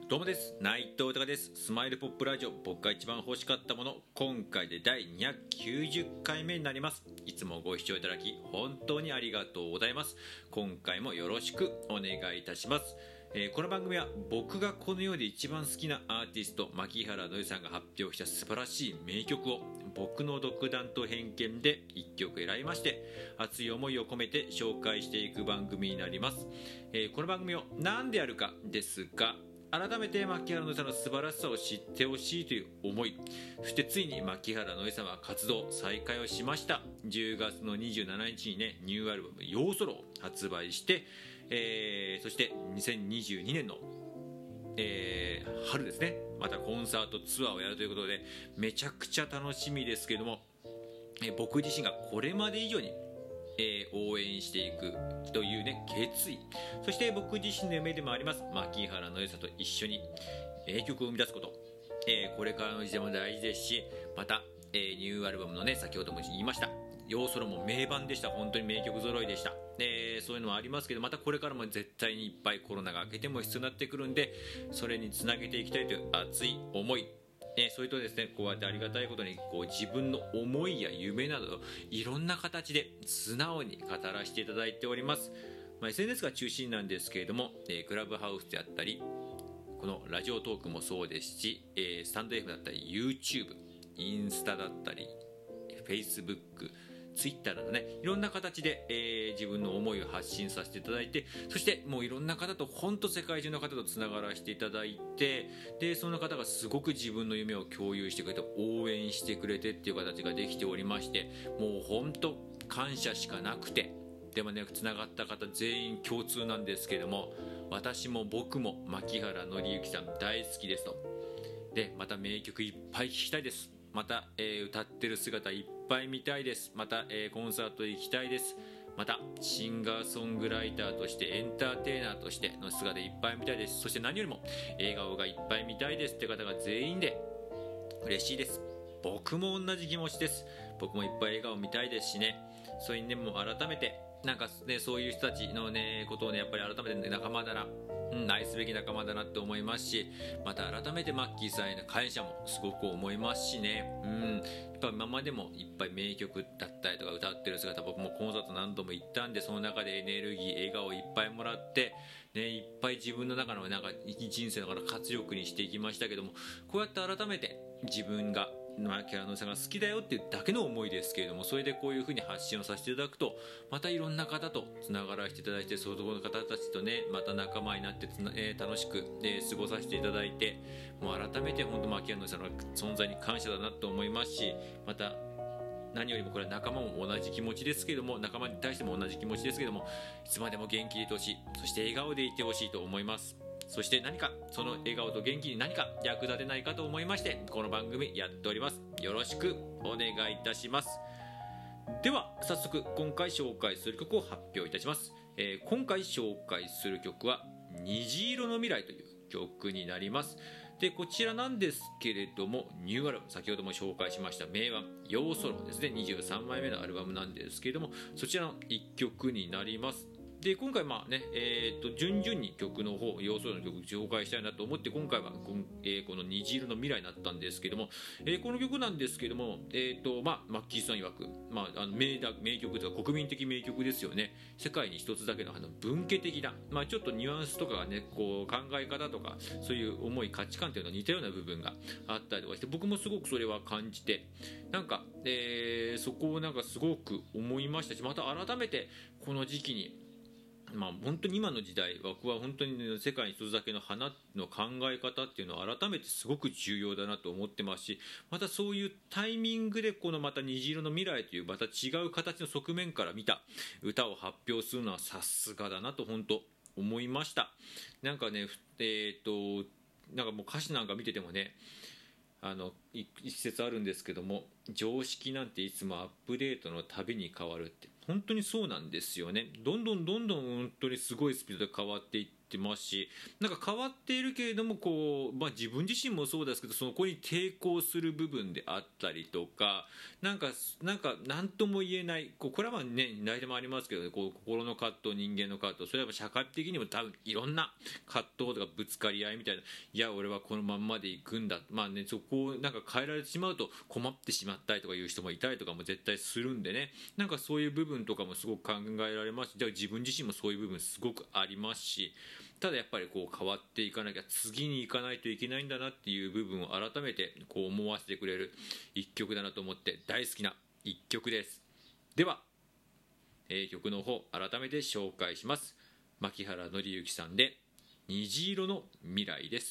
どうもです。内藤隆です。スマイルポップラジオ、僕が一番欲しかったもの、今回で第290回目になります。いつもご視聴いただき本当にありがとうございます。今回もよろしくお願いいたします。この番組は僕がこの世で一番好きなアーティスト牧原のりさんが発表した素晴らしい名曲を僕の独断と偏見で1曲選びまして熱い思いを込めて紹介していく番組になります。この番組を何でやるかですが、改めて牧原のりさんの素晴らしさを知ってほしいという思い、そしてついに牧原のりさんは活動再開をしました。10月の27日にね、ニューアルバム「ヨーソロ」を発売して、そして2022年の、春ですね、またコンサートツアーをやるということでめちゃくちゃ楽しみですけれども、僕自身がこれまで以上に応援していくというね決意、そして僕自身の夢でもあります牧原のりさんと一緒に名曲を生み出すこと、これからの時代も大事ですし、また、ニューアルバムのね、先ほども言いましたヨーソロも名盤でした。本当に名曲揃いでした。そういうのもありますけど、またこれからも絶対にいっぱいコロナが明けても必要になってくるんで、それにつなげていきたいという熱い思い、それとですね、こうやってありがたいことに自分の思いや夢などいろんな形で素直に語らせていただいております。SNS が中心なんですけれども、クラブハウスであったりこのラジオトークもそうですし、スタンド F だったり YouTube、 インスタだったり Facebook、ツイッターなどね、いろんな形で、自分の思いを発信させていただいて、そしてもういろんな方と本当世界中の方とつながらせていただいて、でその方がすごく自分の夢を共有してくれて応援してくれてっていう形ができておりまして、もう本当感謝しかなくて、でもね、つながった方全員共通なんですけれども、私も僕も牧原紀之さん大好きですと。でまた名曲いっぱい聴きたいです。また、歌ってる姿いっぱい見たいです。また、コンサート行きたいです。またシンガーソングライターとしてエンターテイナーとしての姿いっぱい見たいです。そして何よりも笑顔がいっぱい見たいですって方が全員で嬉しいです。僕も同じ気持ちです。僕もいっぱい笑顔見たいですしね。それにね、もう改めてなんかね、そういう人たちのねことをね、やっぱり改めて、ね、仲間だな、愛すべき仲間だなって思いますし、また改めてマッキーさんへの感謝もすごく思いますしね。やっぱ今までもいっぱい名曲だったりとか歌ってる姿、僕もコンサート何度も行ったんで、その中でエネルギー笑顔いっぱいもらって、ね、いっぱい自分の中のなんか人生の活力にしていきましたけども、こうやって改めて自分が牧原のりさんが好きだよっていうだけの思いですけれども、それでこういう風に発信をさせていただくと、またいろんな方とつながらせていただいて、その方たちとね、また仲間になって楽しく、過ごさせていただいて、もう改めて本当牧原のりさんの存在に感謝だなと思いますし、また何よりもこれは仲間も同じ気持ちですけれども、仲間に対しても同じ気持ちですけれども、いつまでも元気でいてほしい、そして笑顔でいてほしいと思います。そして何かその笑顔と元気に何か役立てないかと思いまして、この番組やっております。よろしくお願いいたします。では早速今回紹介する曲を発表いたします。今回紹介する曲は虹色の未来という曲になります。でこちらなんですけれども、ニューアルバム、先ほども紹介しました名盤ヨーソロですね、23枚目のアルバムなんですけれども、そちらの1曲になります。で今回順々に曲の方、要素の曲紹介したいなと思って、今回はこの虹色の未来になったんですけども、この曲なんですけども、マッキーさん曰く、名曲というか国民的名曲ですよね。世界に一つだけの文系的な、ちょっとニュアンスとかがね、こう考え方とかそういう思い価値観というのは似たような部分があったりとかして、僕もすごくそれは感じて、なんか、そこをなんかすごく思いましたし、また改めてこの時期に本当に今の時代、僕は本当に世界に一つだけの花の考え方っていうのは改めてすごく重要だなと思ってますし、またそういうタイミングでこのまた虹色の未来というまた違う形の側面から見た歌を発表するのはさすがだなと本当思いました。なんかね、なんかもう歌詞なんか見ててもね、一節あるんですけども、常識なんていつもアップデートのたびに変わるって、 本当にそうなんですよね。どんどん本当にすごいスピードで変わっていってますし、なんか変わっているけれどもこう、自分自身もそうですけど、そこに抵抗する部分であったりとか、なんか何とも言えないこれはね誰でもありますけど、ね、心の葛藤、人間の葛藤、それは社会的にも多分いろんな葛藤とかぶつかり合いみたいな、いや俺はこのまんまで行くんだ、そこをなんか変えられてしまうと困ってしまったりとかいう人もいたりとかも絶対するんでね、なんかそういう部分とかもすごく考えられますし、じゃあ自分自身もそういう部分すごくありますし、ただやっぱり変わっていかなきゃ、次に行かないといけないんだなっていう部分を改めて思わせてくれる一曲だなと思って大好きな一曲です。では、曲の方改めて紹介します。牧原紀之さんで虹色の未来です。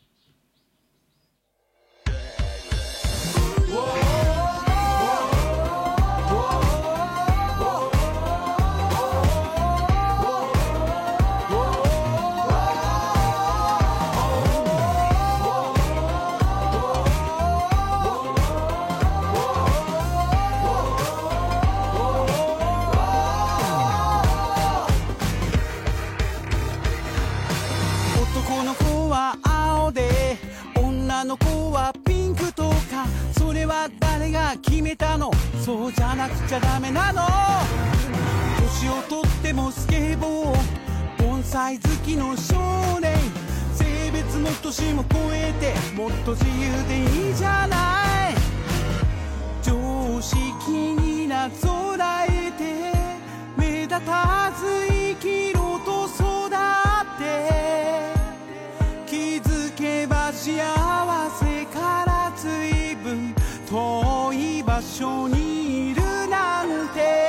男の子は青で女の子はピンクとか、それは誰が決めたの？そうじゃなくちゃダメなの。年をとってもスケボー、盆栽好きの少年、性別も年も超えてもっと自由でいいじゃない。常識になぞらえて目立たず生きろと育って気づけば幸せからずいぶん遠い場所にいるなんて、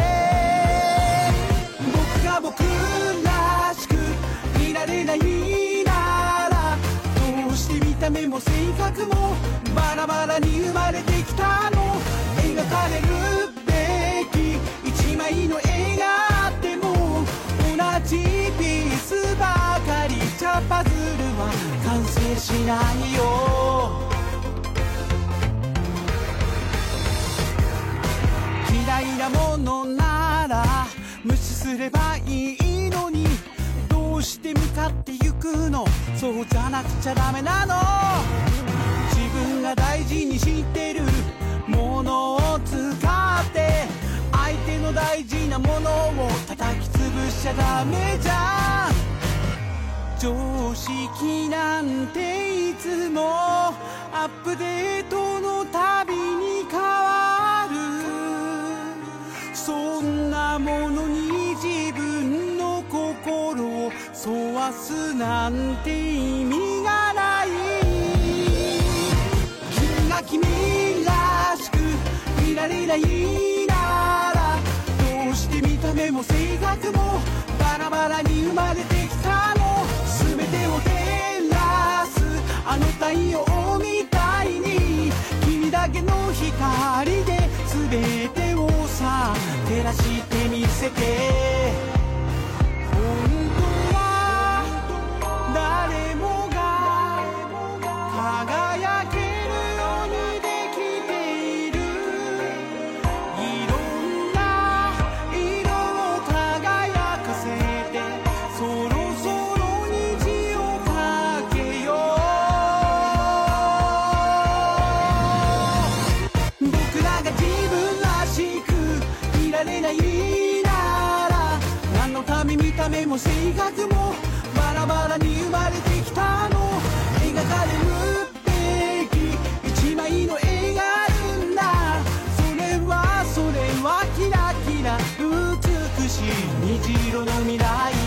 僕が僕らしくいられないなら、どうして見た目も性格もバラバラに生まれてきたの。描かれるべき一枚の絵があっても同じピースばかりじゃパズルは完成しないよ。嫌いなものなら無視すればいいのに、どうして向かってゆくの？そうじゃなくちゃダメなの。自分が大事にしてるものを使って相手の大事なものを叩き潰しちゃダメじゃん。常識なんていつもアップデートのたびに変わる。そんなものに自分の心を沿わすなんて意味がない。君が君らしくいられないなら、どうして見た目も性格もバラバラに生まれてきたの。全てを照らすあの太陽みたいに、君だけの光で全てをさ照らしてみせて。本当は誰もが輝けるようにできている。いろんな色を輝かせてそろそろ虹をかけよう。僕らが自分らしくいられないなら、何のため見た目も性格もバラバラに生まれてきたの。描かれるべき一枚の絵があるんだ。それはキラキラ美しい虹色の未来。